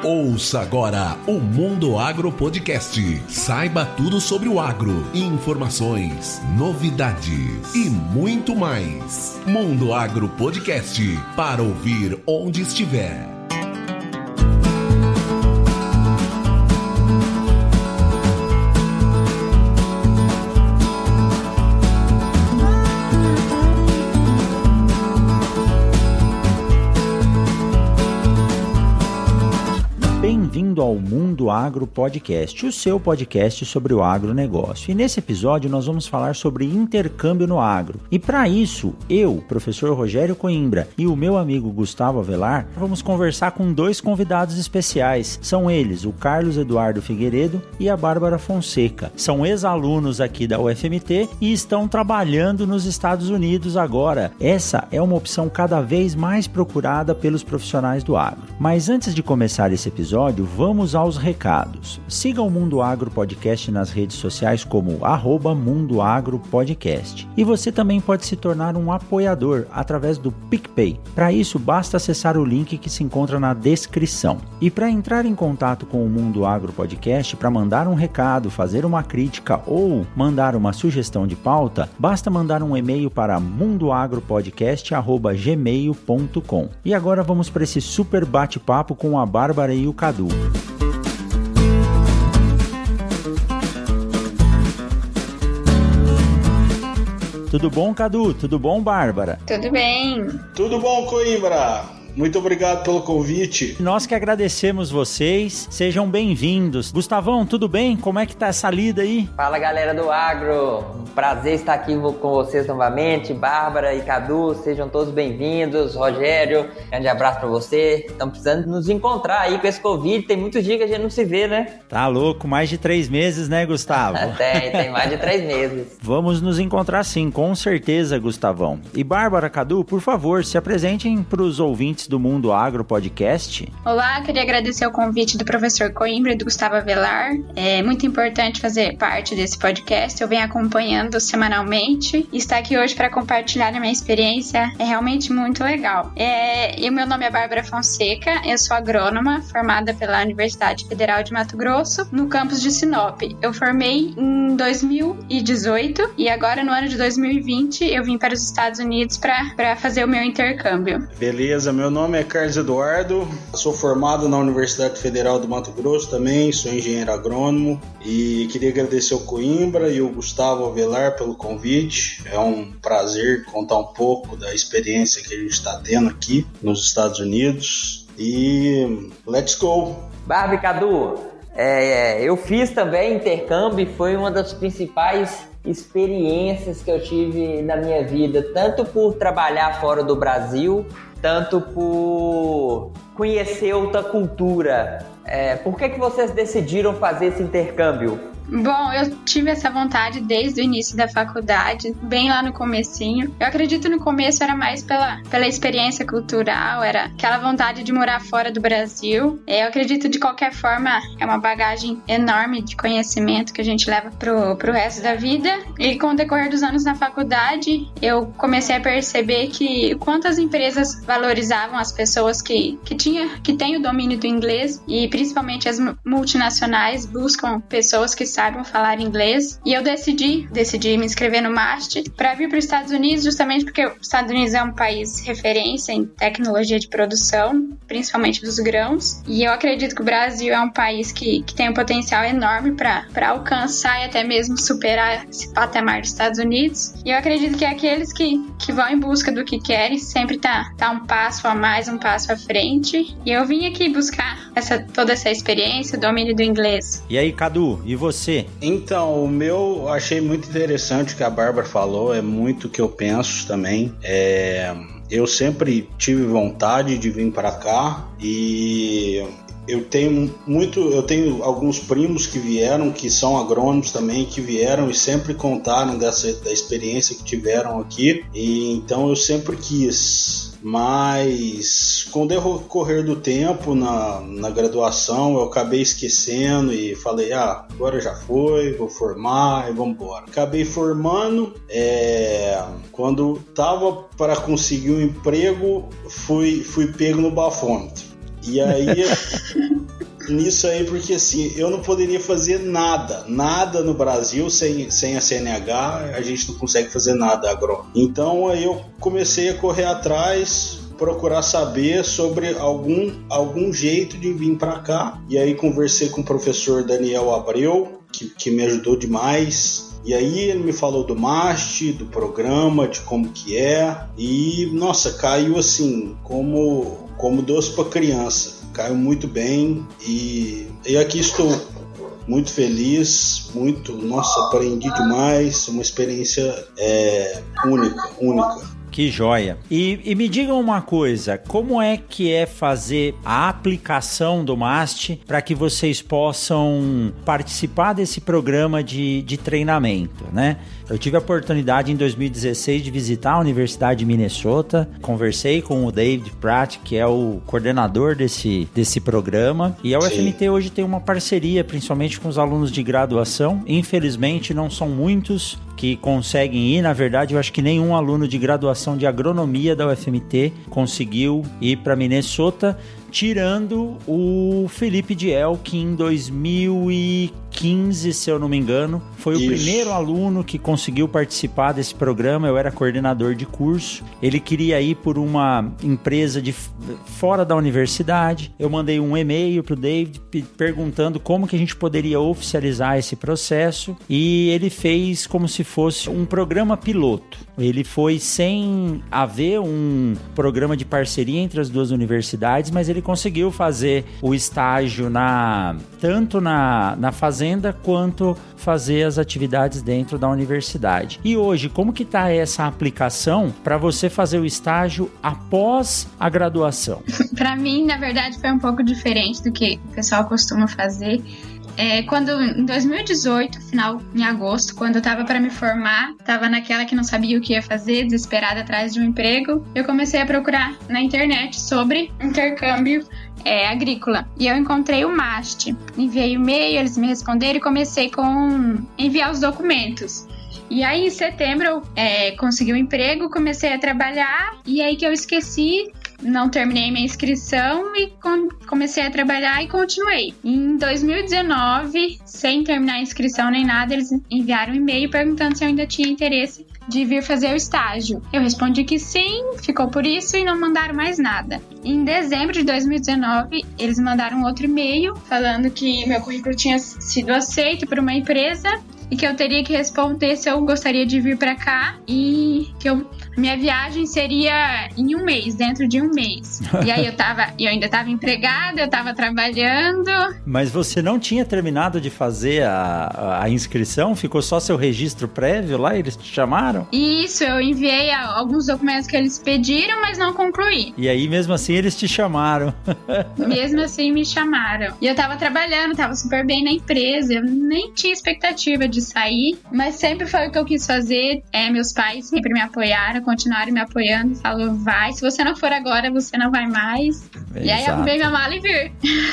Ouça agora o Mundo Agro Podcast. Saiba tudo sobre o agro, informações, novidades e muito mais. Mundo Agro Podcast, para ouvir onde estiver. Bem-vindo ao Mundo Agro Podcast, o seu podcast sobre o agronegócio. E nesse episódio nós vamos falar sobre intercâmbio no agro. E para isso, eu, professor Rogério Coimbra, e o meu amigo Gustavo Avelar, vamos conversar com dois convidados especiais. São eles, o Carlos Eduardo Figueiredo e a Bárbara Fonseca. São ex-alunos aqui da UFMT e estão trabalhando nos Estados Unidos agora. Essa é uma opção cada vez mais procurada pelos profissionais do agro. Mas antes de começar esse episódio, vamos aos recados. Siga o Mundo Agro Podcast nas redes sociais como @MundoAgroPodcast. E você também pode se tornar um apoiador através do PicPay. Para isso, basta acessar o link que se encontra na descrição. E para entrar em contato com o Mundo Agro Podcast, para mandar um recado, fazer uma crítica ou mandar uma sugestão de pauta, basta mandar um e-mail para mundoagropodcast@gmail.com. E agora vamos para esse super bate-papo com a Bárbara e o Cadu. Tudo bom, Cadu? Tudo bom, Bárbara? Tudo bem. Tudo bom, Coimbra? Muito obrigado pelo convite. Nós que agradecemos vocês. Sejam bem-vindos. Gustavão, tudo bem? Como é que tá essa lida aí? Fala, galera do Agro. Um prazer estar aqui com vocês novamente. Bárbara e Cadu, sejam todos bem-vindos. Rogério, grande abraço pra você. Estamos precisando nos encontrar aí com esse Covid. Tem muitos dias que a gente não se vê, né? Tá louco, mais de 3 meses, né, Gustavo? Tem mais de 3 meses. Vamos nos encontrar sim, com certeza, Gustavão. E Bárbara, Cadu, por favor, se apresentem pros ouvintes do Mundo Agro Podcast. Olá, queria agradecer o convite do professor Coimbra e do Gustavo Avelar. É muito importante fazer parte desse podcast. Eu venho acompanhando semanalmente e estar aqui hoje para compartilhar a minha experiência é realmente muito legal. E o meu nome é Bárbara Fonseca, eu sou agrônoma, formada pela Universidade Federal de Mato Grosso, no campus de Sinop. Eu formei em 2018 e agora no ano de 2020 eu vim para os Estados Unidos para fazer o meu intercâmbio. Beleza, meu nome é Carlos Eduardo, sou formado na Universidade Federal do Mato Grosso também, sou engenheiro agrônomo e queria agradecer ao Coimbra e ao Gustavo Avelar pelo convite. É um prazer contar um pouco da experiência que a gente está tendo aqui nos Estados Unidos e let's go! Bárbara e Cadu, eu fiz também intercâmbio e foi uma das principais experiências que eu tive na minha vida, tanto por trabalhar fora do Brasil, tanto por conhecer outra cultura. Por que vocês decidiram fazer esse intercâmbio? Bom, eu tive essa vontade desde o início da faculdade, bem lá no comecinho. Eu acredito no começo era mais pela experiência cultural, era aquela vontade de morar fora do Brasil. Eu acredito de qualquer forma é uma bagagem enorme de conhecimento que a gente leva pro resto da vida. E com o decorrer dos anos na faculdade, eu comecei a perceber que quantas empresas valorizavam as pessoas que têm o domínio do inglês e principalmente as multinacionais buscam pessoas que sabem falar inglês, e eu decidi me inscrever no MAST para vir para os Estados Unidos, justamente porque os Estados Unidos é um país referência em tecnologia de produção, principalmente dos grãos, e eu acredito que o Brasil é um país que tem um potencial enorme para alcançar e até mesmo superar esse patamar dos Estados Unidos, e eu acredito que aqueles que vão em busca do que querem sempre tá um passo a mais, um passo à frente, e eu vim aqui buscar toda essa experiência, o domínio do inglês. E aí, Cadu, e você? Então, o meu achei muito interessante o que a Bárbara falou, é muito o que eu penso também. Eu sempre tive vontade de vir para cá e eu tenho alguns primos que vieram, que são agrônomos também, que vieram e sempre contaram da experiência que tiveram aqui, e então eu sempre quis. Mas com o decorrer do tempo na graduação eu acabei esquecendo e falei, agora já foi, vou formar e vamos embora. Acabei formando, quando tava para conseguir um emprego, fui pego no bafômetro. E aí nisso aí, porque assim, eu não poderia fazer nada no Brasil sem a CNH, a gente não consegue fazer nada agrônomo. Então aí eu comecei a correr atrás, procurar saber sobre algum jeito de vir para cá, e aí conversei com o professor Daniel Abreu, que me ajudou demais. E aí ele me falou do MAST, do programa, de como que é, e nossa, caiu assim como doce para criança, caiu muito bem, e aqui estou muito feliz, nossa, aprendi demais, uma experiência única. Que joia. E me digam uma coisa, como é que é fazer a aplicação do MAST para que vocês possam participar desse programa de treinamento, né? Eu tive a oportunidade em 2016 de visitar a Universidade de Minnesota, conversei com o David Pratt, que é o coordenador desse programa, e a UFMT hoje tem uma parceria, principalmente com os alunos de graduação. Infelizmente não são muitos que conseguem ir, na verdade eu acho que nenhum aluno de graduação de agronomia da UFMT conseguiu ir para Minnesota, tirando o Felipe Diel, que em 2015, se eu não me engano, foi o primeiro aluno que conseguiu participar desse programa. Eu era coordenador de curso, ele queria ir por uma empresa de fora da universidade. Eu mandei um e-mail para o David perguntando como que a gente poderia oficializar esse processo, e ele fez como se fosse um programa piloto. Ele foi sem haver um programa de parceria entre as duas universidades, mas ele conseguiu fazer o estágio tanto na fazenda quanto fazer as atividades dentro da universidade. E hoje, como que está essa aplicação para você fazer o estágio após a graduação? Para mim, na verdade, foi um pouco diferente do que o pessoal costuma fazer. Quando em 2018, final em agosto, quando eu tava para me formar, tava naquela que não sabia o que ia fazer, desesperada atrás de um emprego, eu comecei a procurar na internet sobre intercâmbio agrícola. E eu encontrei o MAST. Enviei e-mail, eles me responderam e comecei com enviar os documentos. E aí, em setembro, eu consegui um emprego, comecei a trabalhar, e aí que eu esqueci, não terminei minha inscrição e comecei a trabalhar e continuei. Em 2019, sem terminar a inscrição nem nada, eles enviaram um e-mail perguntando se eu ainda tinha interesse de vir fazer o estágio. Eu respondi que sim, ficou por isso e não mandaram mais nada. Em dezembro de 2019, eles mandaram outro e-mail falando que meu currículo tinha sido aceito por uma empresa e que eu teria que responder se eu gostaria de vir para cá e que minha viagem seria em um mês, dentro de um mês. E aí eu ainda estava empregada, eu estava trabalhando. Mas você não tinha terminado de fazer a inscrição? Ficou só seu registro prévio lá? Eles te chamaram? Isso, eu enviei alguns documentos que eles pediram, mas não concluí. E aí, mesmo assim, eles te chamaram? Mesmo assim, me chamaram. E eu estava trabalhando, estava super bem na empresa, eu nem tinha expectativa de sair, mas sempre foi o que eu quis fazer. Meus pais sempre me apoiaram, continuaram me apoiando, falou, vai, se você não for agora, você não vai mais. E aí arrumei minha mala e vir.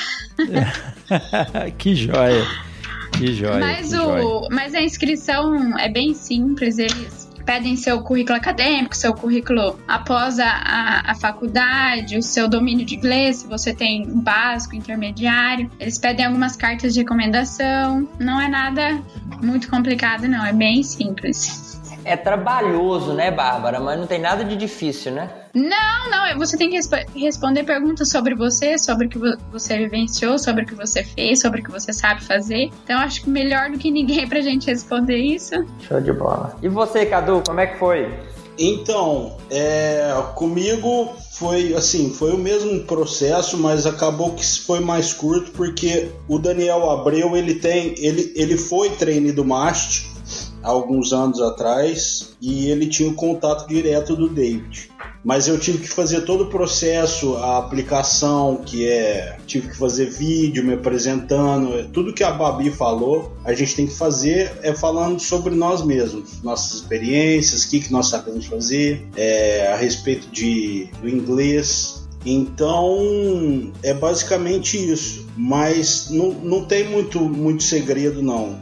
Que joia, que joia. Mas a inscrição é bem simples, eles pedem seu currículo acadêmico, seu currículo após a faculdade, o seu domínio de inglês, se você tem básico, intermediário. Eles pedem algumas cartas de recomendação. Não é nada muito complicado, não. É bem simples. É trabalhoso, né, Bárbara? Mas não tem nada de difícil, né? Não. Você tem que responder perguntas sobre você, sobre o que você vivenciou, sobre o que você fez, sobre o que você sabe fazer. Então, acho que melhor do que ninguém pra gente responder isso. Show de bola. E você, Cadu, como é que foi? Então, comigo foi o mesmo processo, mas acabou que foi mais curto, porque o Daniel Abreu, ele foi trainee do MAST há alguns anos atrás, e ele tinha o contato direto do David. Mas eu tive que fazer todo o processo, a aplicação, tive que fazer vídeo me apresentando, tudo que a Babi falou, a gente tem que fazer falando sobre nós mesmos, nossas experiências, o que nós sabemos fazer, a respeito do inglês. Então, é basicamente isso. Mas não tem muito segredo, não.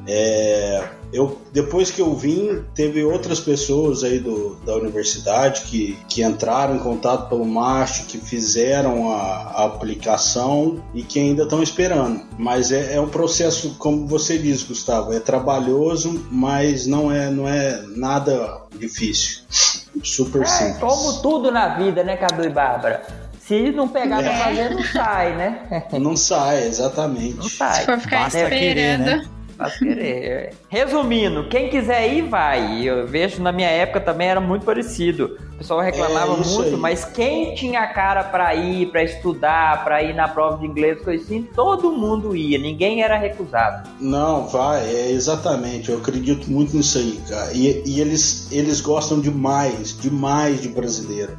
Depois que eu vim, teve outras pessoas aí da universidade que entraram em contato pelo MAST, que fizeram a aplicação e que ainda estão esperando. Mas é um processo, como você disse, Gustavo, é trabalhoso, mas não é nada difícil. Super simples. Como tudo na vida, né, Cadu e Bárbara? Se não pegar pra fazer, não sai, né? Não sai, exatamente. Não sai. Se for ficar Basta esperando. querer, né? Basta querer. Resumindo, quem quiser ir, vai. Eu vejo na minha época também era muito parecido. O pessoal reclamava muito, aí. mas quem tinha cara pra ir, pra estudar, pra ir na prova de inglês, coisa assim, todo mundo ia. Ninguém era recusado. Não, vai, exatamente. Eu acredito muito nisso aí, cara. E eles gostam demais de brasileiro.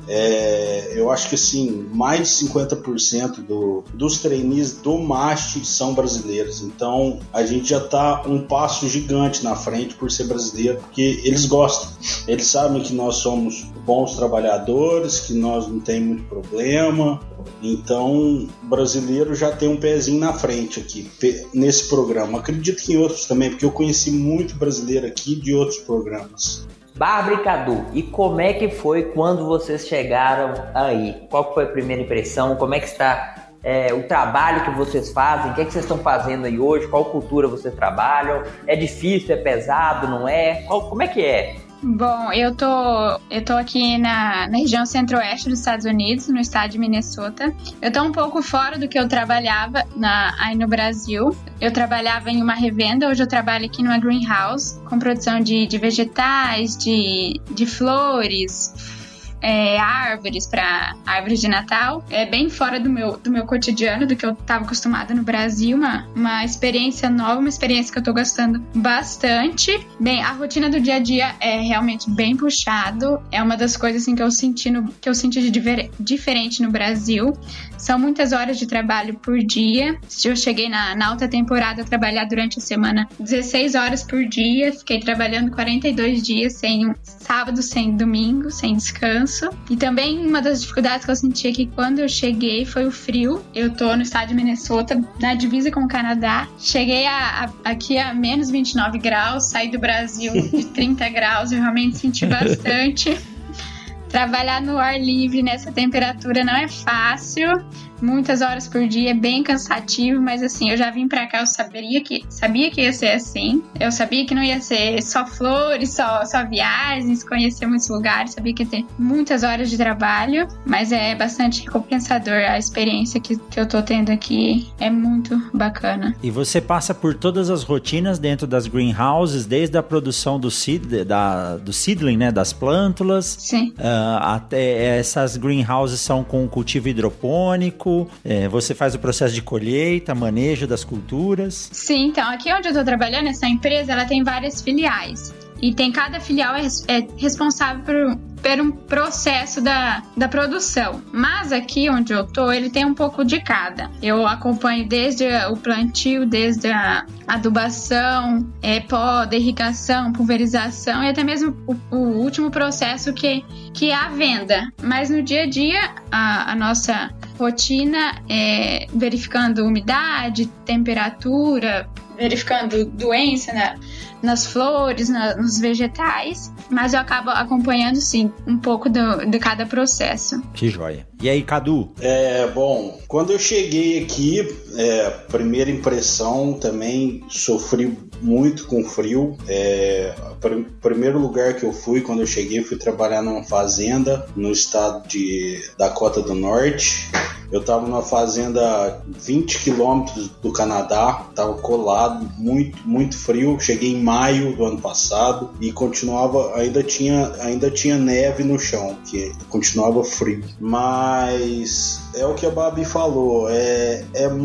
Eu acho que assim, mais de 50% dos trainees do MAST são brasileiros. Então, a gente já tá um passo gigante na frente por ser brasileiro, porque eles gostam. Eles sabem que nós somos bons trabalhadores, que nós não tem muito problema. Então, o brasileiro já tem um pezinho na frente aqui nesse programa. Acredito que em outros também, porque eu conheci muito brasileiro aqui de outros programas. Bárbara e Cadu, e como é que foi quando vocês chegaram aí? Qual foi a primeira impressão? Como é que está o trabalho que vocês fazem? O que é que vocês estão fazendo aí hoje? Qual cultura vocês trabalham? É difícil? É pesado? Não é? Como é que é? Bom, eu tô aqui na região centro-oeste dos Estados Unidos, no estado de Minnesota. Eu tô um pouco fora do que eu trabalhava aí no Brasil. Eu trabalhava em uma revenda, hoje eu trabalho aqui numa greenhouse, com produção de vegetais, de flores, árvores para árvores de Natal. É bem fora do meu cotidiano, do que eu estava acostumada no Brasil. Uma experiência nova, uma experiência que eu tô gostando bastante. Bem, a rotina do dia a dia é realmente bem puxado. É uma das coisas assim, que eu senti de diferente no Brasil. São muitas horas de trabalho por dia. Eu cheguei na alta temporada a trabalhar durante a semana 16 horas por dia. Fiquei trabalhando 42 dias, sem sábado, sem domingo, sem descanso. E também uma das dificuldades que eu senti aqui quando eu cheguei foi o frio. Eu tô no estado de Minnesota, na divisa com o Canadá. Cheguei aqui a menos 29 graus, saí do Brasil de 30 graus, eu realmente senti bastante. Trabalhar no ar livre nessa temperatura não é fácil. Muitas horas por dia, é bem cansativo, mas assim, eu já vim pra cá, eu sabia que ia ser assim. Eu sabia que não ia ser só flores, só viagens, conhecer muitos lugares, sabia que ia ter muitas horas de trabalho, mas é bastante recompensador. A experiência que eu tô tendo aqui é muito bacana. E você passa por todas as rotinas dentro das greenhouses, desde a produção do seedling, né, das plântulas. Sim. Até essas greenhouses são com cultivo hidropônico. Você faz o processo de colheita, manejo das culturas. Sim, então aqui onde eu tô trabalhando, essa empresa, ela tem várias filiais. E cada filial é responsável por um processo da produção. Mas aqui onde eu tô, ele tem um pouco de cada. Eu acompanho desde o plantio, desde a adubação, poda, irrigação, pulverização e até mesmo o último processo que é a venda. Mas no dia a dia, a nossa rotina é verificando umidade, temperatura, verificando doença nas flores, nos vegetais, mas eu acabo acompanhando, sim, um pouco de cada processo. Que joia. E aí, Cadu? Bom, quando eu cheguei aqui, primeira impressão, também sofri muito com frio. Primeiro lugar que eu fui, quando eu cheguei, fui trabalhar numa fazenda no estado de Dakota do Norte. Eu estava numa fazenda a 20 quilômetros do Canadá, estava colado, muito, muito frio. Cheguei em maio do ano passado e continuava, ainda tinha neve no chão, que continuava frio. Mas é o que a Babi falou, é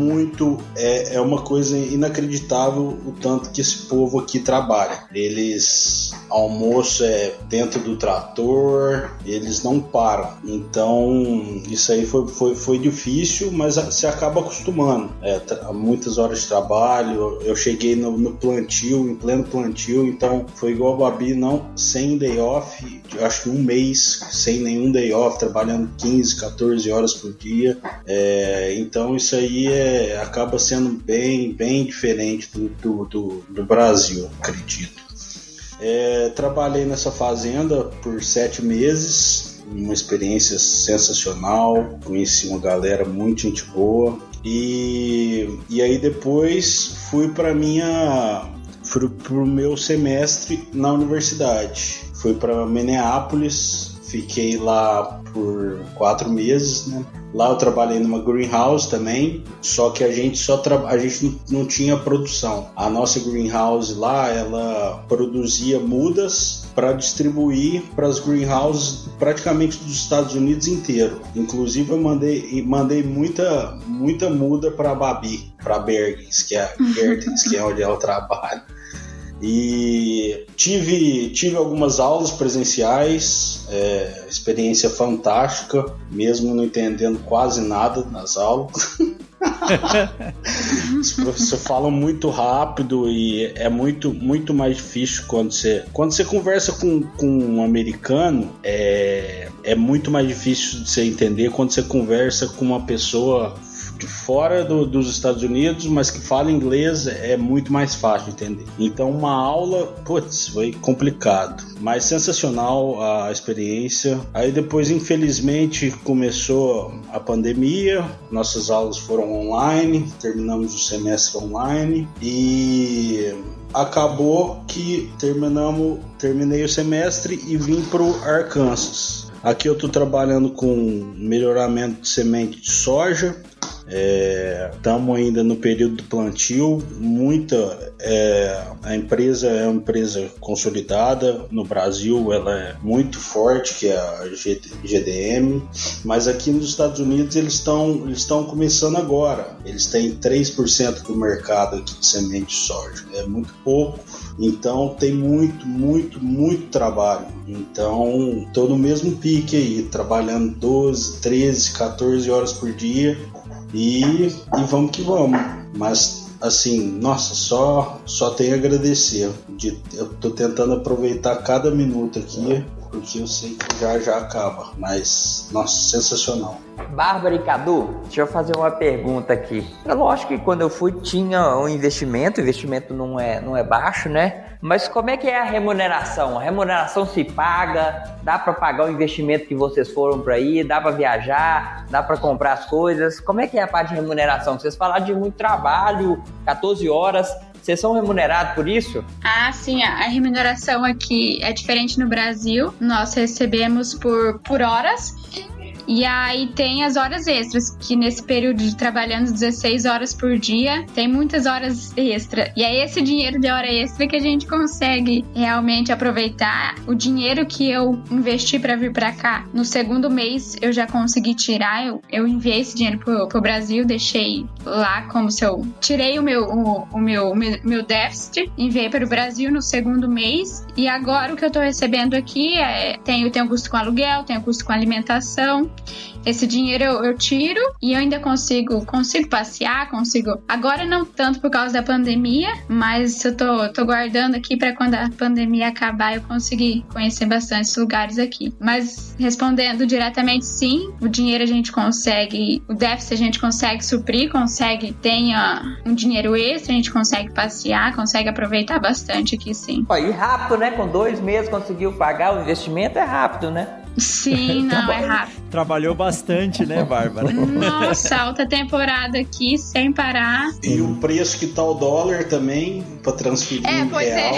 uma coisa inacreditável o tanto que esse povo aqui trabalha. Eles almoço dentro do trator, eles não param. Então isso aí foi difícil, mas você acaba acostumando. Muitas horas de trabalho. Eu cheguei no plantio, em pleno plantio, então foi igual a Babi, não, sem day off, acho que um mês sem nenhum day off, trabalhando 15, 14 horas por dia. Então isso aí acaba sendo bem diferente do Brasil, acredito. Trabalhei nessa fazenda por 7 meses, uma experiência sensacional, conheci uma galera muito gente boa e aí depois fui para o meu semestre na universidade. Fui para Minneapolis, fiquei lá por 4 meses, né? Lá eu trabalhei numa greenhouse também, só que a gente não tinha produção. A nossa greenhouse lá, ela produzia mudas para distribuir para as greenhouses praticamente dos Estados Unidos inteiro. Inclusive eu mandei muita muda para Babi, para Bergens, que é onde ela trabalha. E tive algumas aulas presenciais, experiência fantástica, mesmo não entendendo quase nada nas aulas. Os professores falam muito rápido e é muito mais difícil quando você conversa com um americano, é muito mais difícil de você entender quando você conversa com uma pessoa de fora dos Estados Unidos, mas que fala inglês, é muito mais fácil de entender. Então uma aula, foi complicado, mas sensacional a experiência. Aí depois, infelizmente, começou a pandemia, nossas aulas foram online, terminamos o semestre online e acabou que terminei o semestre e vim para o Arkansas. Aqui eu estou trabalhando com melhoramento de semente de soja. Estamos ainda no período do plantio. A empresa é uma empresa consolidada no Brasil, ela é muito forte, que é a GDM, mas aqui nos Estados Unidos eles estão começando agora. Eles têm 3% do mercado aqui de semente de soja, é muito pouco. Então tem muito trabalho. Então estou no mesmo pique aí, trabalhando 12, 13, 14 horas por dia e vamos que vamos. Mas assim, nossa, só tenho a agradecer. Eu tô tentando aproveitar cada minuto aqui, porque eu sei que já acaba, mas nossa, sensacional. Bárbara e Cadu, deixa eu fazer uma pergunta aqui. É lógico que quando eu fui tinha um investimento, o investimento não é baixo, né? Mas como é que é a remuneração? A remuneração se paga? Dá para pagar o investimento que vocês foram para aí? Dá para viajar? Dá para comprar as coisas? Como é que é a parte de remuneração? Vocês falaram de muito trabalho, 14 horas. Vocês são remunerados por isso? Ah, sim. A remuneração aqui é diferente no Brasil. Nós recebemos por horas. E aí tem as horas extras, que nesse período de trabalhando 16 horas por dia, tem muitas horas extra. E é esse dinheiro de hora extra que a gente consegue realmente aproveitar. O dinheiro que eu investi para vir para cá, no segundo mês eu já consegui tirar. Eu enviei esse dinheiro pro Brasil, deixei lá como se eu tirei o meu déficit, enviei para o Brasil no segundo mês. E agora o que eu tô recebendo aqui tenho custo com aluguel, tenho custo com alimentação. Esse dinheiro eu tiro e eu ainda consigo passear, agora não tanto por causa da pandemia, mas eu tô guardando aqui para quando a pandemia acabar eu conseguir conhecer bastante lugares aqui. Mas respondendo diretamente, sim, o dinheiro a gente consegue, o déficit a gente consegue suprir, tem um dinheiro extra, a gente consegue passear, consegue aproveitar bastante aqui, sim. E rápido, né? Com 2 meses conseguiu pagar o investimento, é rápido, né? Sim, não, é rápido. Trabalhou bastante, né, Bárbara? Nossa, alta temporada aqui, sem parar. E o preço que tá o dólar também, para transferir em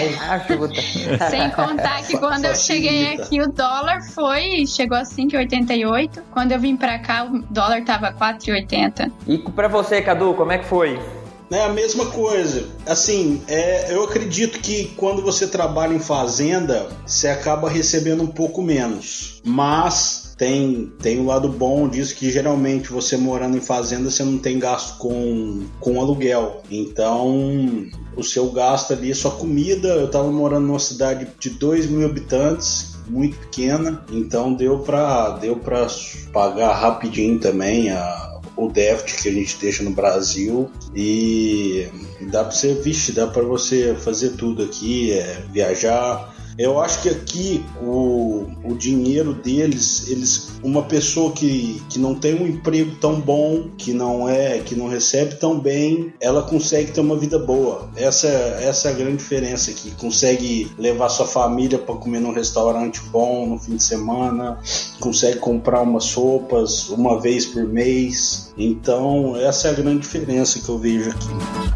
real. Sem contar que quando eu cheguei aqui, o dólar chegou a 5,88. Quando eu vim pra cá, o dólar tava 4,80. E pra você, Cadu, como é que foi? É a mesma coisa. Assim, eu acredito que quando você trabalha em fazenda, você acaba recebendo um pouco menos. Mas tem o lado bom disso, que geralmente você morando em fazenda, você não tem gasto com aluguel. Então, o seu gasto ali é só comida. Eu estava morando numa cidade de 2.000 habitantes, muito pequena. Então, deu para pagar rapidinho também o déficit que a gente deixa no Brasil e dá para você fazer tudo aqui, viajar. Eu acho que aqui o dinheiro deles, uma pessoa que não tem um emprego tão bom, que não recebe tão bem, ela consegue ter uma vida boa. Essa é a grande diferença aqui. Consegue levar sua família para comer num restaurante bom no fim de semana, consegue comprar umas roupas uma vez por mês. Então essa é a grande diferença que eu vejo aqui.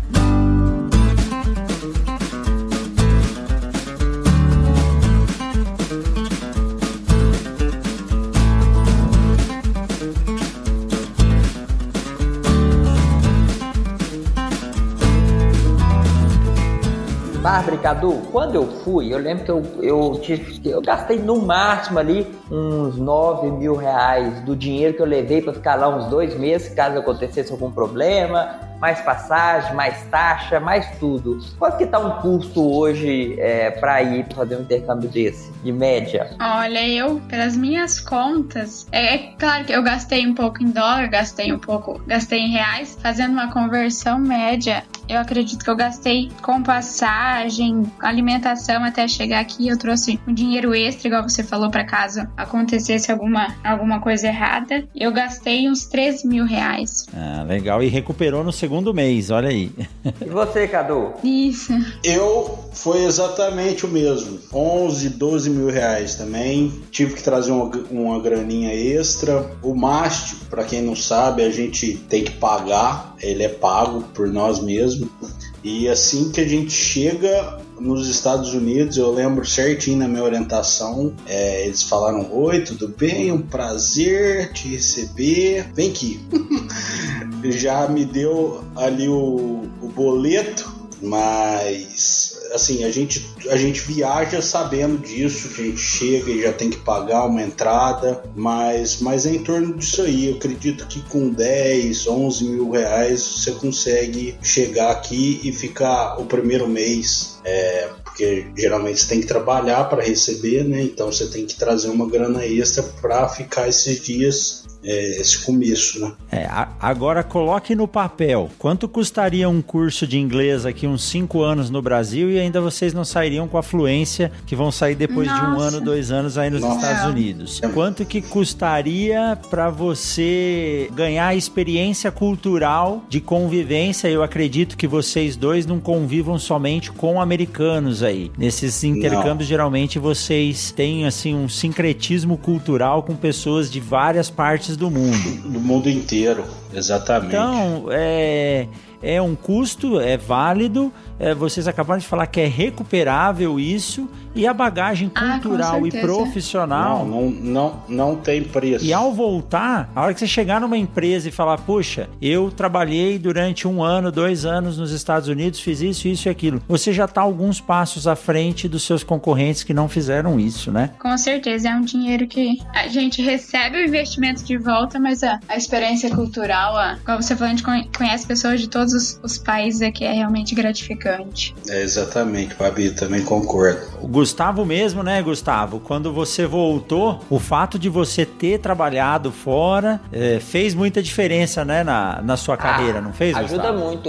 Bárbara e Cadu, quando eu fui, eu lembro que eu gastei no máximo ali uns 9 mil reais do dinheiro que eu levei para ficar lá uns 2 meses, caso acontecesse algum problema, mais passagem, mais taxa, mais tudo. Quanto que tá um custo hoje para ir para fazer um intercâmbio desse, de média? Olha, eu, pelas minhas contas, é claro que eu gastei um pouco em dólar, gastei em reais, fazendo uma conversão média, eu acredito que eu gastei com passagem, alimentação até chegar aqui, eu trouxe um dinheiro extra, igual você falou, para caso acontecesse alguma coisa errada, eu gastei uns 13 mil reais. Ah, legal, e recuperou no segundo mês, olha aí. E você, Cadu? Isso. Foi exatamente o mesmo, 11, 12 mil reais também, tive que trazer uma graninha extra. O mastro, para quem não sabe, a gente tem que pagar, ele é pago por nós mesmos, e assim que a gente chega nos Estados Unidos, eu lembro certinho na minha orientação, eles falaram: oi, tudo bem? Um prazer te receber, vem aqui. Já me deu ali o boleto, mas assim, a gente viaja sabendo disso, que a gente chega e já tem que pagar uma entrada, mas é em torno disso aí. Eu acredito que com 10, 11 mil reais você consegue chegar aqui e ficar o primeiro mês, porque geralmente você tem que trabalhar para receber, né? Então você tem que trazer uma grana extra para ficar esses dias, esse começo, né? Agora coloque no papel, quanto custaria um curso de inglês aqui uns 5 anos no Brasil e ainda vocês não sairiam com a fluência que vão sair depois de 1 ano, 2 anos aí nos Estados Unidos? Quanto que custaria para você ganhar a experiência cultural de convivência? Eu acredito que vocês dois não convivam somente com americanos aí. Nesses intercâmbios, geralmente vocês têm assim um sincretismo cultural com pessoas de várias partes do mundo. Do mundo inteiro, exatamente. Então, é um custo, é válido, vocês acabaram de falar que é recuperável isso, e a bagagem cultural e profissional... Não tem preço. E ao voltar, a hora que você chegar numa empresa e falar: puxa, eu trabalhei durante 1 ano, 2 anos nos Estados Unidos, fiz isso, isso e aquilo, você já está alguns passos à frente dos seus concorrentes que não fizeram isso, né? Com certeza, é um dinheiro que a gente recebe o investimento de volta, mas a experiência cultural, como você falou, a gente conhece pessoas de todos os países aqui, é realmente gratificante. Exatamente, Babi, também concordo. O Gustavo mesmo, né, Gustavo? Quando você voltou, o fato de você ter trabalhado fora fez muita diferença, né, na sua carreira, não fez, Gustavo? Ajuda muito.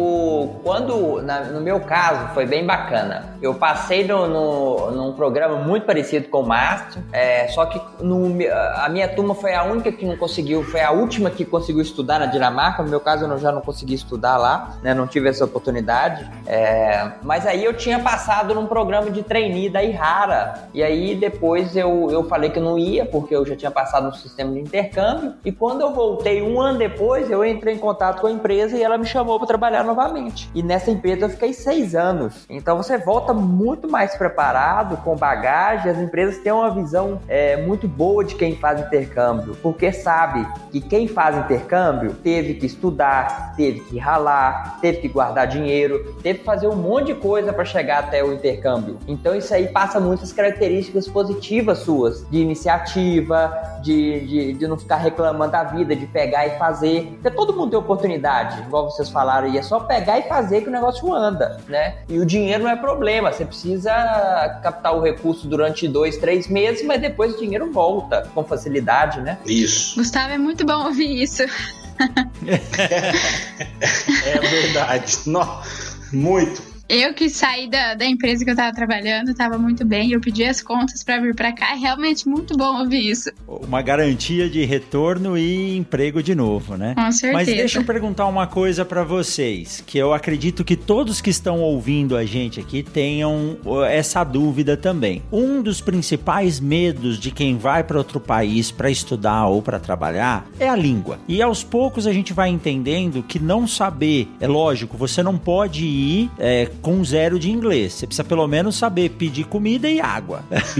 No meu caso, foi bem bacana. Eu passei num programa muito parecido com o Master, só que a minha turma foi a única que não conseguiu, foi a última que conseguiu estudar na Dinamarca. No meu caso, eu já não consegui estudar lá, né, não tive essa oportunidade. Mas aí eu tinha passado num programa de trainee da Ihara, e aí depois eu falei que eu não ia, porque eu já tinha passado no sistema de intercâmbio, e quando eu voltei 1 ano depois, eu entrei em contato com a empresa e ela me chamou para trabalhar novamente. E nessa empresa eu fiquei 6 anos. Então você volta muito mais preparado, com bagagem. As empresas têm uma visão muito boa de quem faz intercâmbio, porque sabe que quem faz intercâmbio teve que estudar, teve que ralar, teve que guardar dinheiro, teve que fazer um monte de coisa para chegar até o intercâmbio. Então isso aí passa muitas características positivas suas, de iniciativa, de não ficar reclamando da vida, de pegar e fazer. Porque todo mundo tem oportunidade, igual vocês falaram, e é só pegar e fazer que o negócio anda, né? E o dinheiro não é problema, você precisa captar o recurso durante 2, 3 meses, mas depois o dinheiro volta com facilidade, né? Isso. Gustavo, é muito bom ouvir isso. É verdade. Muito. Eu que saí da empresa que eu tava trabalhando, tava muito bem, eu pedi as contas pra vir pra cá, é realmente muito bom ouvir isso. Uma garantia de retorno e emprego de novo, né? Com certeza. Mas deixa eu perguntar uma coisa pra vocês, que eu acredito que todos que estão ouvindo a gente aqui tenham essa dúvida também. Um dos principais medos de quem vai para outro país para estudar ou para trabalhar é a língua. E aos poucos a gente vai entendendo que não saber, é lógico, você não pode ir com 0 de inglês. Você precisa pelo menos saber pedir comida e água.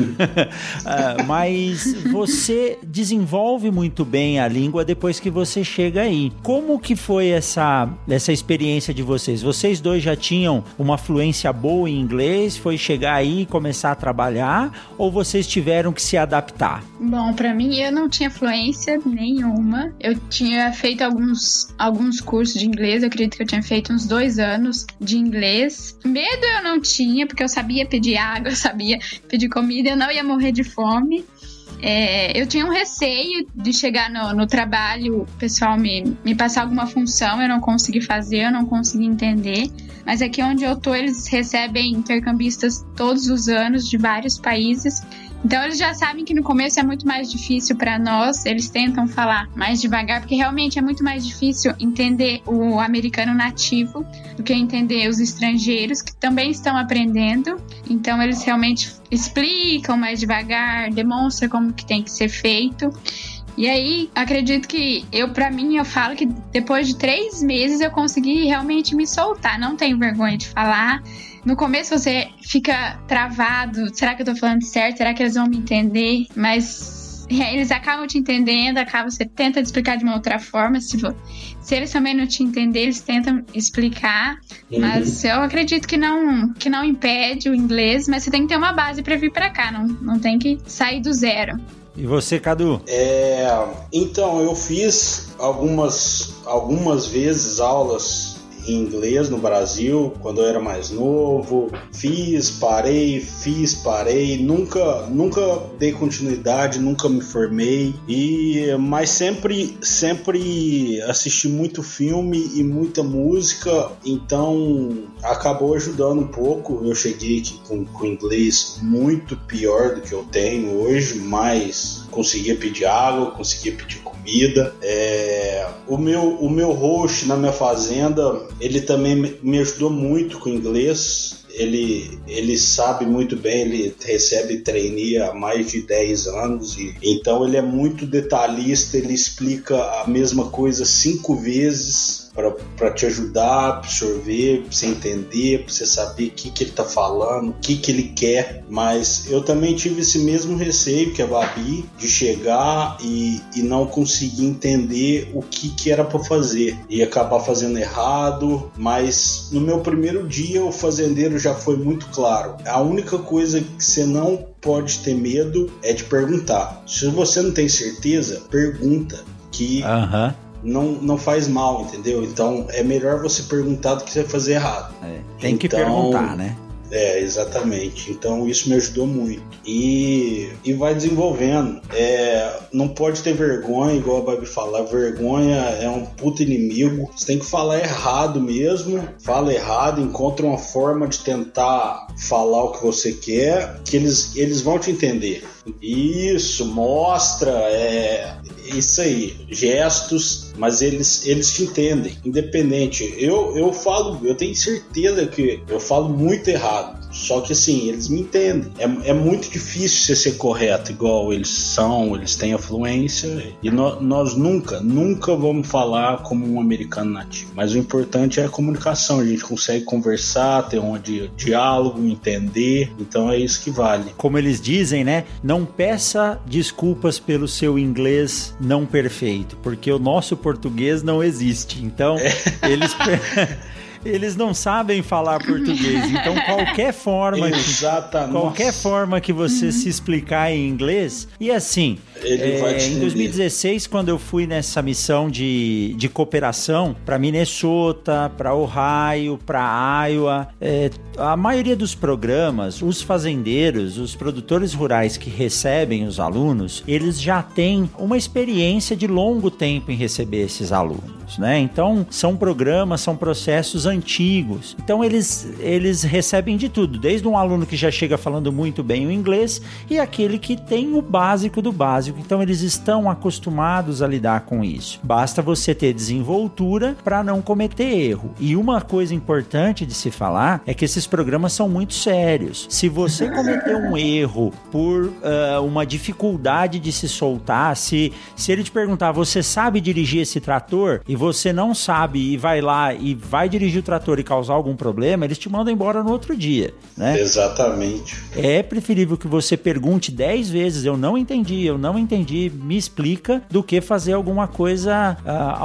Mas você desenvolve muito bem a língua depois que você chega aí. Como que foi essa experiência de vocês? Vocês dois já tinham uma fluência boa em inglês? Foi chegar aí e começar a trabalhar? Ou vocês tiveram que se adaptar? Bom, pra mim eu não tinha fluência nenhuma. Eu tinha feito alguns cursos de inglês. Eu acredito que eu tinha feito uns 2 anos de inglês. Medo eu não tinha, porque eu sabia pedir água, eu sabia pedir comida, eu não ia morrer de fome. Eu tinha um receio de chegar no trabalho, o pessoal me passar alguma função, eu não consegui fazer, eu não consegui entender. Mas aqui onde eu tô, eles recebem intercambistas todos os anos de vários países. Então eles já sabem que no começo é muito mais difícil para nós, eles tentam falar mais devagar, porque realmente é muito mais difícil entender o americano nativo do que entender os estrangeiros que também estão aprendendo. Então eles realmente explicam mais devagar, demonstram como que tem que ser feito. E aí, acredito que eu falo que depois de 3 meses eu consegui realmente me soltar, não tenho vergonha de falar. No começo você fica travado, será que eu tô falando certo? Será que eles vão me entender? Mas eles acabam te entendendo, você tenta explicar de uma outra forma. Se eles também não te entenderem, eles tentam explicar. Mas eu acredito que não impede o inglês, mas você tem que ter uma base para vir para cá, não tem que sair do zero. E você, Cadu? Então, eu fiz algumas vezes aulas em inglês no Brasil, quando eu era mais novo. Fiz, parei, nunca dei continuidade, nunca me formei, mas sempre assisti muito filme e muita música, então acabou ajudando um pouco. Eu cheguei aqui com inglês muito pior do que eu tenho hoje, mas conseguia pedir água, conseguia pedir comida. O meu host na minha fazenda, ele também me ajudou muito com inglês. Ele sabe muito bem, ele recebe trainee há mais de 10 anos, então ele é muito detalhista, ele explica a mesma coisa 5 vezes para te ajudar a absorver, para você entender, para você saber o que ele está falando, o que ele quer. Mas eu também tive esse mesmo receio que a Babi, de chegar e não conseguir entender o que era para fazer e acabar fazendo errado. Mas no meu primeiro dia o fazendeiro já foi muito claro: a única coisa que você não pode ter medo é de perguntar. Se você não tem certeza, pergunta, que não faz mal, entendeu? Então é melhor você perguntar do que você fazer errado. Tem que perguntar, né? Exatamente. Então isso me ajudou muito. E vai desenvolvendo. Não pode ter vergonha, igual a Babi fala. Vergonha é um puto inimigo. Você tem que falar errado mesmo. Fala errado, encontra uma forma de tentar falar o que você quer, que eles vão te entender. Isso, mostra, isso aí, gestos, mas eles te entendem, independente. Eu tenho certeza que eu falo muito errado, só que assim, eles me entendem. É muito difícil você ser correto igual eles têm a fluência, e nós nunca vamos falar como um americano nativo, mas o importante é a comunicação. A gente consegue conversar, ter um diálogo, entender, então é isso que vale. Como eles dizem, né? Não peça desculpas pelo seu inglês não perfeito, porque o nosso português não existe. Então, eles não sabem falar português. Então, qualquer forma que você se explicar em inglês. E assim, em 2016, quando eu fui nessa missão de cooperação para Minnesota, para Ohio, para Iowa, a maioria dos programas, os fazendeiros, os produtores rurais que recebem os alunos, eles já têm uma experiência de longo tempo em receber esses alunos, né? Então, são programas, são processos antigos. Então eles recebem de tudo, desde um aluno que já chega falando muito bem o inglês e aquele que tem o básico do básico. Então eles estão acostumados a lidar com isso. Basta você ter desenvoltura para não cometer erro. E uma coisa importante de se falar é que esses programas são muito sérios. Se você cometer um erro por uma dificuldade de se soltar, se ele te perguntar, você sabe dirigir esse trator? E você não sabe e vai lá e vai dirigir o trator e causar algum problema, eles te mandam embora no outro dia, né? Exatamente. É preferível que você pergunte 10 vezes, eu não entendi, me explica, do que fazer alguma coisa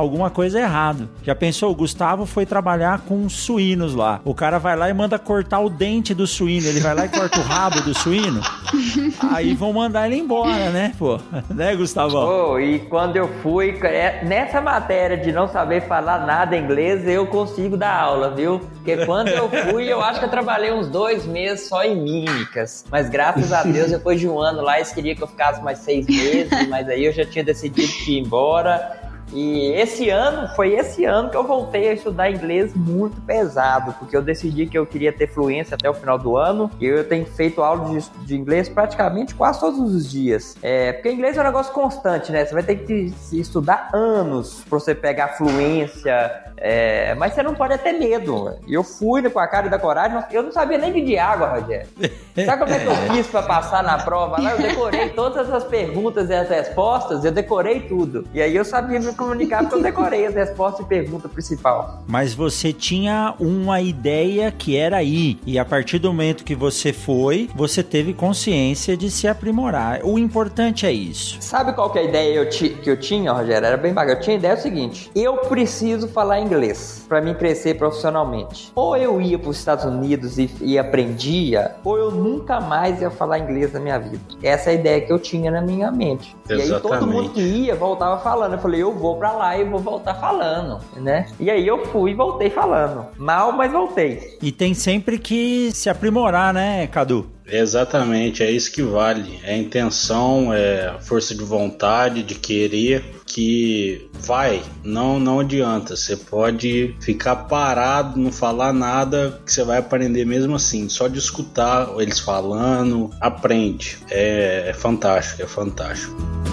errado. Já pensou? O Gustavo foi trabalhar com suínos lá. O cara vai lá e manda cortar o dente do suíno, ele vai lá e corta o rabo do suíno. Aí vão mandar ele embora, né, pô? Né, Gustavão? E quando eu fui, nessa matéria de não saber falar nada inglês, eu consigo dar aula, viu? Porque quando eu fui, eu acho que eu trabalhei uns 2 meses só em mímicas. Mas graças a Deus, depois de um ano lá, eles queriam que eu ficasse mais 6 meses, mas aí eu já tinha decidido que ir embora. E foi esse ano que eu voltei a estudar inglês muito pesado, porque eu decidi que eu queria ter fluência até o final do ano, e eu tenho feito aula de inglês praticamente quase todos os dias. Porque inglês é um negócio constante, né? Você vai ter que estudar anos pra você pegar fluência, mas você não pode ter medo. E eu fui com a cara e da coragem, eu não sabia nem medir água, Rogério. Sabe como é que eu fiz pra passar na prova? Lá eu decorei todas as perguntas e as respostas, eu decorei tudo. E aí eu sabia me comunicar porque eu decorei as respostas e pergunta principal. Mas você tinha uma ideia que era ir, e a partir do momento que você foi, você teve consciência de se aprimorar. O importante é isso. Sabe qual que é a ideia que eu tinha, Rogério? Era bem bacana. Eu tinha a ideia seguinte: eu preciso falar inglês para mim crescer profissionalmente. Ou eu ia para os Estados Unidos e aprendia, ou eu nunca mais ia falar inglês na minha vida. Essa é a ideia que eu tinha na minha mente. Exatamente. E aí todo mundo que ia voltava falando. Eu falei, eu vou pra lá e vou voltar falando, né? E aí eu fui e voltei falando. Mal, mas voltei. E tem sempre que se aprimorar, né, Cadu? Exatamente, é isso que vale. É a intenção, é a força de vontade, de querer, que vai. Não adianta. Você pode ficar parado, não falar nada, que você vai aprender mesmo assim. Só de escutar eles falando, aprende. É fantástico, é fantástico.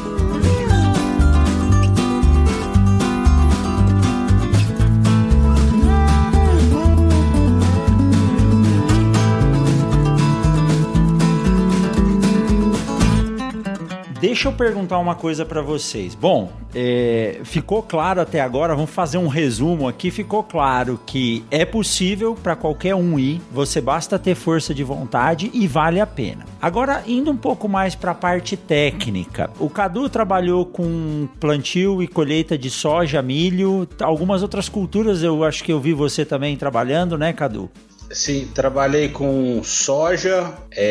Deixa eu perguntar uma coisa para vocês. Bom, ficou claro até agora, vamos fazer um resumo aqui, ficou claro que é possível para qualquer um ir, você basta ter força de vontade e vale a pena. Agora, indo um pouco mais para a parte técnica, o Cadu trabalhou com plantio e colheita de soja, milho, algumas outras culturas eu acho que eu vi você também trabalhando, né, Cadu? Sim, trabalhei com soja,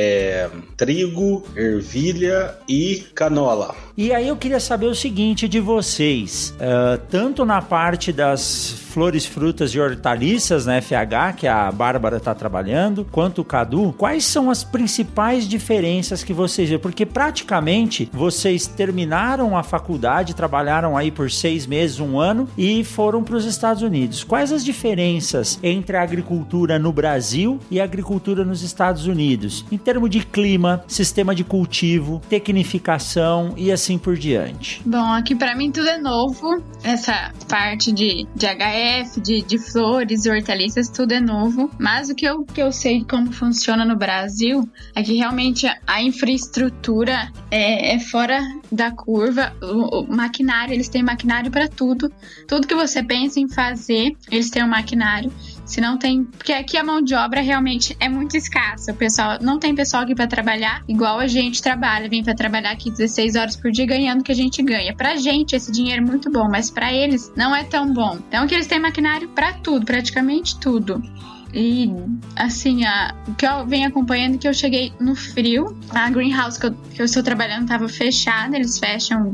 trigo, ervilha e canola. E aí eu queria saber o seguinte de vocês, tanto na parte das flores, frutas e hortaliças na FH, que a Bárbara está trabalhando, quanto o Cadu, quais são as principais diferenças que vocês vêem? Porque praticamente vocês terminaram a faculdade, trabalharam aí por 6 meses, 1 ano e foram para os Estados Unidos. Quais as diferenças entre a agricultura no Brasil e a agricultura nos Estados Unidos? Em termos de clima, sistema de cultivo, tecnificação e assim por diante. Bom, aqui para mim tudo é novo. Essa parte de HF, de flores e hortaliças, tudo é novo. Mas o que eu sei como funciona no Brasil é que realmente a infraestrutura é fora da curva. O maquinário, eles têm maquinário para tudo. Tudo que você pensa em fazer, eles têm um maquinário. Se não tem, porque aqui a mão de obra realmente é muito escassa. O pessoal não tem pessoal aqui para trabalhar igual a gente trabalha. Vem para trabalhar aqui 16 horas por dia ganhando o que a gente ganha. Pra gente esse dinheiro é muito bom, mas pra eles não é tão bom. Então aqui eles têm maquinário para tudo, praticamente tudo. E assim, o que eu venho acompanhando é que eu cheguei no frio. A greenhouse que eu estou trabalhando estava fechada, eles fecham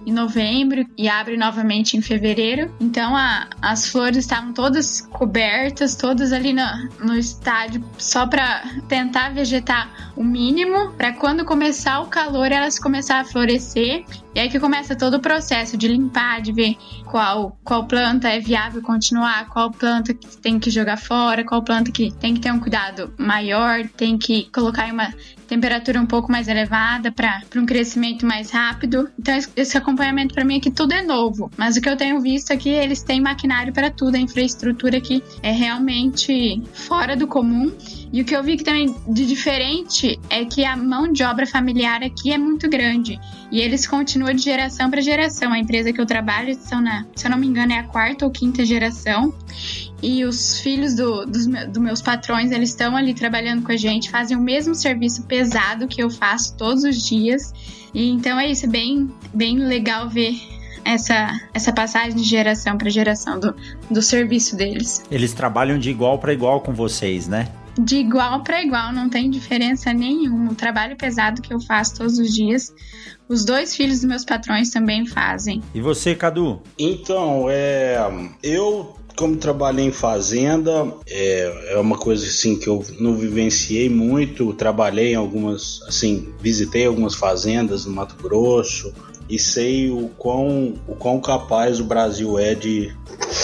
em novembro e abre novamente em fevereiro. Então as flores estavam todas cobertas, todas ali no estádio, só para tentar vegetar o mínimo, para quando começar o calor elas começar a florescer. E aí que começa todo o processo de limpar, de ver qual planta é viável continuar, qual planta que tem que jogar fora, qual planta que tem que ter um cuidado maior, tem que colocar em uma temperatura um pouco mais elevada para um crescimento mais rápido. Então esse acompanhamento para mim aqui tudo é novo, mas o que eu tenho visto aqui, eles têm maquinário para tudo, a infraestrutura aqui é realmente fora do comum. E o que eu vi que também de diferente é que a mão de obra familiar aqui é muito grande. E eles continuam de geração para geração. A empresa que eu trabalho, se eu não me engano, é a 4ª ou 5ª geração. E os filhos dos meus patrões, eles estão ali trabalhando com a gente, fazem o mesmo serviço pesado que eu faço todos os dias. E então é isso, bem legal ver essa passagem de geração para geração do serviço deles. Eles trabalham de igual para igual com vocês, né? De igual para igual, não tem diferença nenhuma. O trabalho pesado que eu faço todos os dias, os 2 filhos dos meus patrões também fazem. E você, Cadu? Então, eu, como trabalhei em fazenda, é uma coisa assim que eu não vivenciei muito. Trabalhei em algumas, assim, visitei algumas fazendas no Mato Grosso e sei o quão capaz o Brasil é de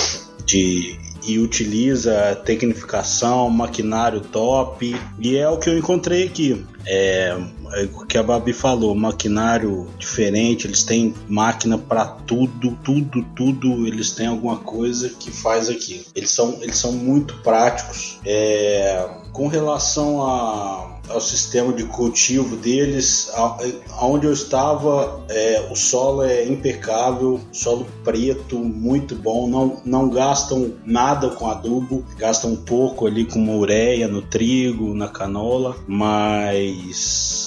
e utiliza tecnificação, maquinário top, e é o que eu encontrei aqui. O que a Babi falou, maquinário diferente, eles têm máquina para tudo, eles têm alguma coisa que faz aqui. Eles são muito práticos. Com relação ao sistema de cultivo deles, onde eu estava, o solo é impecável, solo preto, muito bom, não gastam nada com adubo, gastam um pouco ali com uma ureia no trigo, na canola, mas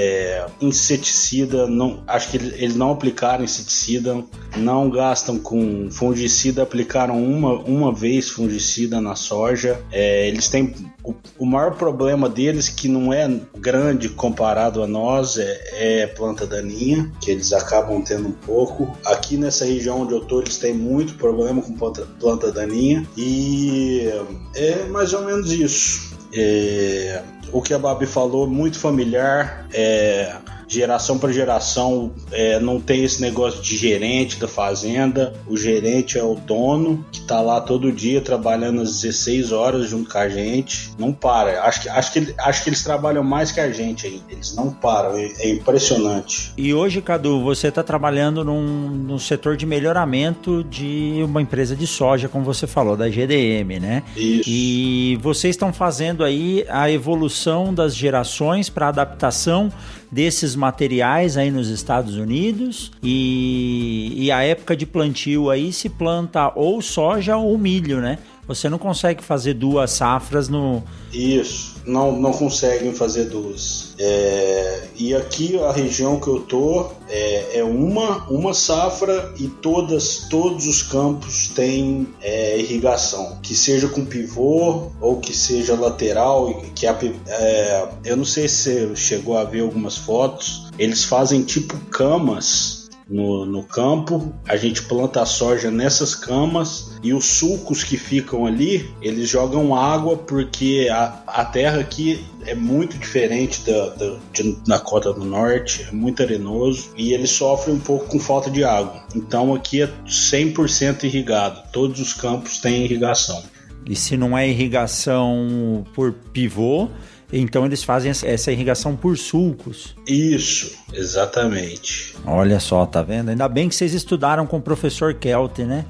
inseticida, acho que eles não aplicaram inseticida, não gastam com fungicida, aplicaram uma vez fungicida na soja. Eles têm o maior problema deles, que não é grande comparado a nós, é planta daninha, que eles acabam tendo um pouco. Aqui nessa região onde eu tô, eles têm muito problema com planta daninha, e é mais ou menos isso. O que a Babi falou, muito familiar, geração para geração, não tem esse negócio de gerente da fazenda. O gerente é o dono, que está lá todo dia trabalhando às 16 horas junto com a gente, não para. Acho que eles trabalham mais que a gente ainda, eles não param, é impressionante. E hoje, Cadu, você está trabalhando num setor de melhoramento de uma empresa de soja, como você falou, da GDM, né? Isso. E vocês estão fazendo aí a evolução das gerações para adaptação desses materiais aí nos Estados Unidos, e a época de plantio aí se planta ou soja ou milho, né? Você não consegue fazer 2 safras no... Isso, não conseguem fazer 2. E aqui a região que eu tô é uma safra, e todos os campos têm irrigação, que seja com pivô ou que seja lateral, eu não sei se você chegou a ver algumas fotos, eles fazem tipo camas no campo, a gente planta a soja nessas camas, e os sulcos que ficam ali, eles jogam água, porque a terra aqui é muito diferente da Dakota do Norte, é muito arenoso, e eles sofrem um pouco com falta de água. Então aqui é 100% irrigado, todos os campos têm irrigação. E se não é irrigação por pivô, então eles fazem essa irrigação por sulcos. Isso, exatamente. Olha só, tá vendo? Ainda bem que vocês estudaram com o professor Kelty, né?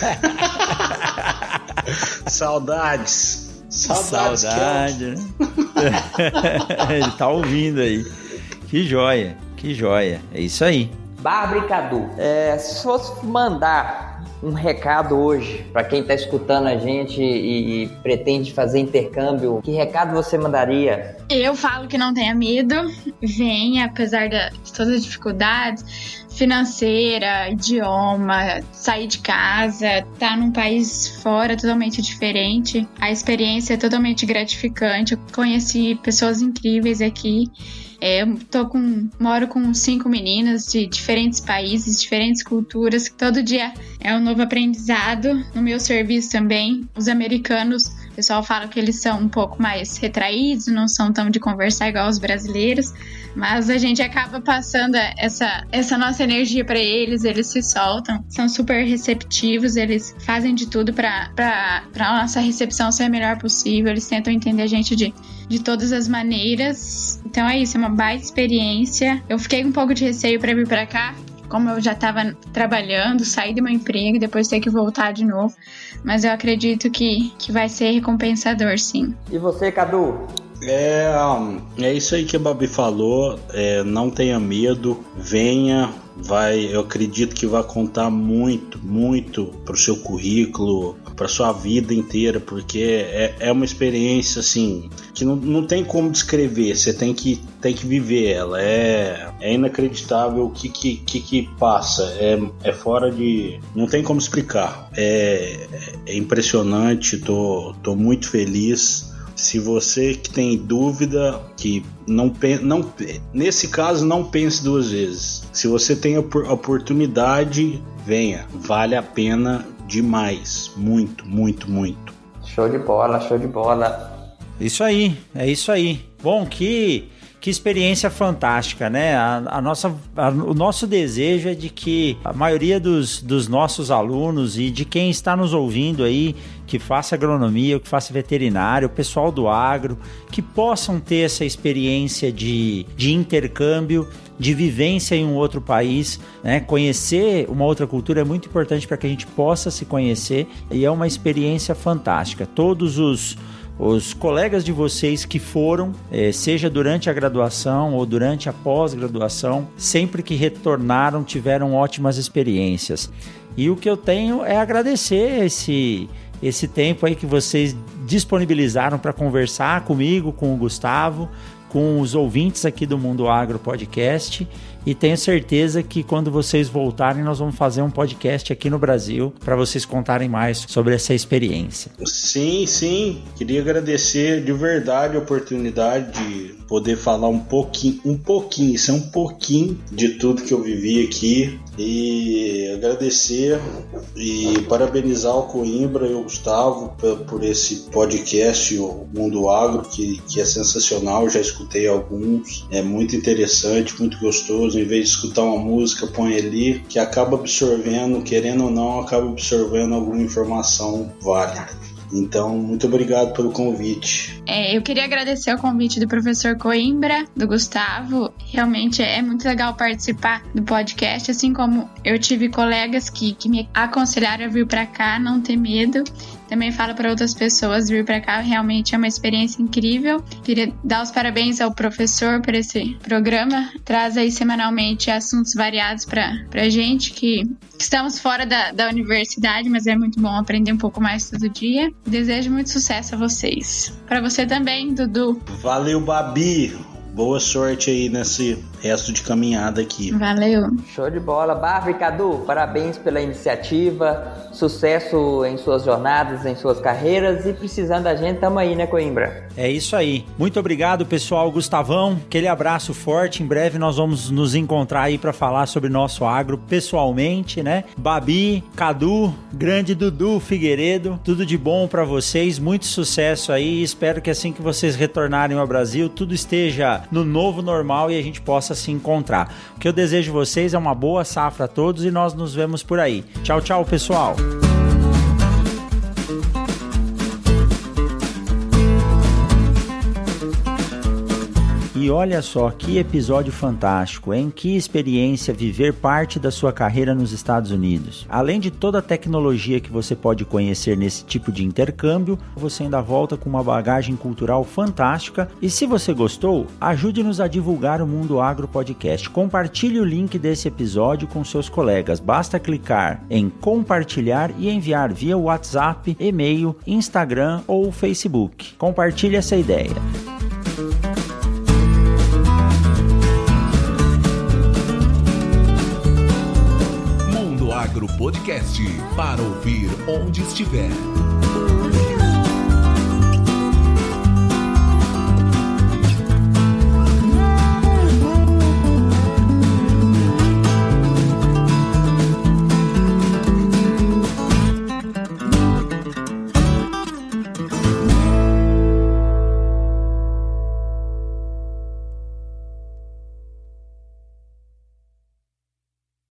Saudades, né? Ele tá ouvindo aí. Que joia. É isso aí. Bárbara e Cadu, se fosse mandar um recado hoje para quem está escutando a gente e pretende fazer intercâmbio, que recado você mandaria? Eu falo que não tenha medo, venha, apesar de todas as dificuldades, financeira, idioma, sair de casa, estar num país fora totalmente diferente. A experiência é totalmente gratificante. Eu conheci pessoas incríveis aqui. Eu moro com 5 meninas de diferentes países, diferentes culturas. Todo dia é um novo aprendizado. No meu serviço também, os americanos, o pessoal fala que eles são um pouco mais retraídos, não são tão de conversar igual os brasileiros, mas a gente acaba passando essa nossa energia para eles se soltam, são super receptivos, eles fazem de tudo para a nossa recepção ser a melhor possível, eles tentam entender a gente de todas as maneiras. Então é isso, é uma baita experiência. Eu fiquei com um pouco de receio para vir para cá, como eu já estava trabalhando, saí do meu emprego e depois ter que voltar de novo. Mas eu acredito que vai ser recompensador, sim. E você, Cadu? É isso aí que a Babi falou. Não tenha medo, venha. Eu acredito que vai contar muito, muito para o seu currículo, para sua vida inteira, porque é uma experiência assim que não tem como descrever. Você tem que viver ela. É inacreditável o que passa. É fora de, não tem como explicar. É impressionante. Tô muito feliz. Se você que tem dúvida, que nesse caso não pense 2 vezes. Se você tem a oportunidade, venha. Vale a pena demais. Muito, muito, muito. Show de bola, show de bola. Isso aí, é isso aí. Bom, que experiência fantástica, né? O nosso desejo é de que a maioria dos nossos alunos e de quem está nos ouvindo aí, que faça agronomia, que faça veterinário, o pessoal do agro, que possam ter essa experiência de intercâmbio, de vivência em um outro país, né? Conhecer uma outra cultura é muito importante para que a gente possa se conhecer e é uma experiência fantástica. Todos os colegas de vocês que foram, seja durante a graduação ou durante a pós-graduação, sempre que retornaram tiveram ótimas experiências. E o que eu tenho é agradecer esse tempo aí que vocês disponibilizaram para conversar comigo, com o Gustavo, com os ouvintes aqui do Mundo Agro Podcast, e tenho certeza que quando vocês voltarem nós vamos fazer um podcast aqui no Brasil para vocês contarem mais sobre essa experiência. Sim, queria agradecer de verdade a oportunidade de poder falar um pouquinho, isso é um pouquinho de tudo que eu vivi aqui, e agradecer e parabenizar o Coimbra e o Gustavo por esse podcast, o Mundo Agro, que é sensacional. Eu já escutei alguns, é muito interessante, muito gostoso. Em vez de escutar uma música, põe ali, que acaba absorvendo, querendo ou não, acaba absorvendo alguma informação válida. Então, muito obrigado pelo convite. Eu queria agradecer o convite do professor Coimbra, do Gustavo. Realmente é muito legal participar do podcast, assim como eu tive colegas que me aconselharam a vir para cá, não ter medo. Também falo para outras pessoas vir para cá, realmente é uma experiência incrível. Queria dar os parabéns ao professor por esse programa. Traz aí semanalmente assuntos variados para gente que estamos fora da universidade, mas é muito bom aprender um pouco mais todo dia. Desejo muito sucesso a vocês. Para você também, Dudu. Valeu, Babi. Boa sorte aí nesse resto de caminhada aqui. Valeu. Show de bola. Bárbara e Cadu, parabéns pela iniciativa. Sucesso em suas jornadas, em suas carreiras. E precisando da gente, tamo aí, né, Coimbra? É isso aí. Muito obrigado, pessoal. Gustavão, aquele abraço forte. Em breve nós vamos nos encontrar aí para falar sobre nosso agro pessoalmente, né? Babi, Cadu, grande Dudu Figueiredo, tudo de bom para vocês. Muito sucesso aí. Espero que assim que vocês retornarem ao Brasil, tudo esteja no novo normal e a gente possa se encontrar. O que eu desejo a vocês é uma boa safra a todos e nós nos vemos por aí. Tchau, tchau, pessoal! E olha só que episódio fantástico, hein? Que experiência viver parte da sua carreira nos Estados Unidos. Além de toda a tecnologia que você pode conhecer nesse tipo de intercâmbio, você ainda volta com uma bagagem cultural fantástica. E se você gostou, ajude-nos a divulgar o Mundo Agro Podcast. Compartilhe o link desse episódio com seus colegas. Basta clicar em compartilhar e enviar via WhatsApp, e-mail, Instagram ou Facebook. Compartilhe essa ideia. Agro Podcast, para ouvir onde estiver.